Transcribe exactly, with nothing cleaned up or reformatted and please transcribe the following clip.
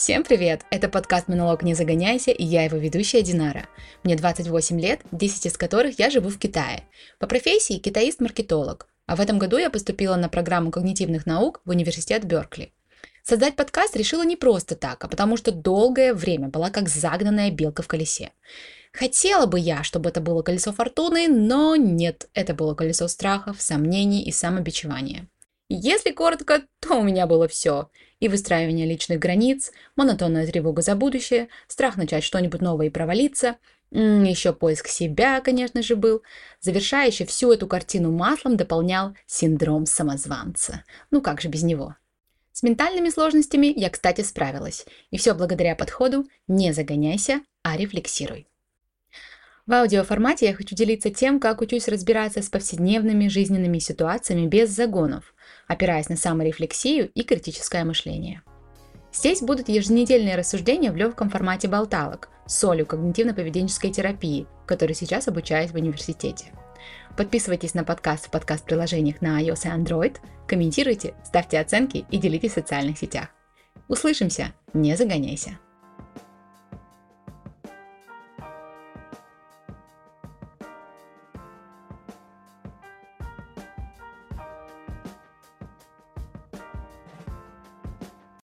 Всем привет! Это подкаст «Монолог не загоняйся» и я его ведущая Динара. Мне двадцать восемь лет, десять из которых я живу в Китае. По профессии китаист-маркетолог, а в этом году я поступила на программу когнитивных наук в университет Беркли. Создать подкаст решила не просто так, а потому что долгое время была как загнанная белка в колесе. Хотела бы я, чтобы это было колесо фортуны, но нет, это было колесо страхов, сомнений и самобичевания. Если коротко, то у меня было все. И выстраивание личных границ, монотонная тревога за будущее, страх начать что-нибудь новое и провалиться, еще поиск себя, конечно же, был. Завершающий всю эту картину маслом дополнял синдром самозванца. Ну как же без него? С ментальными сложностями я, кстати, справилась. И все благодаря подходу «не загоняйся, а рефлексируй». В аудиоформате я хочу делиться тем, как учусь разбираться с повседневными жизненными ситуациями без загонов, опираясь на саморефлексию и критическое мышление. Здесь будут еженедельные рассуждения в легком формате болталок с солью когнитивно-поведенческой терапии, которой сейчас обучаюсь в университете. Подписывайтесь на подкаст в подкаст-приложениях на iOS и Android, комментируйте, ставьте оценки и делитесь в социальных сетях. Услышимся, не загоняйся!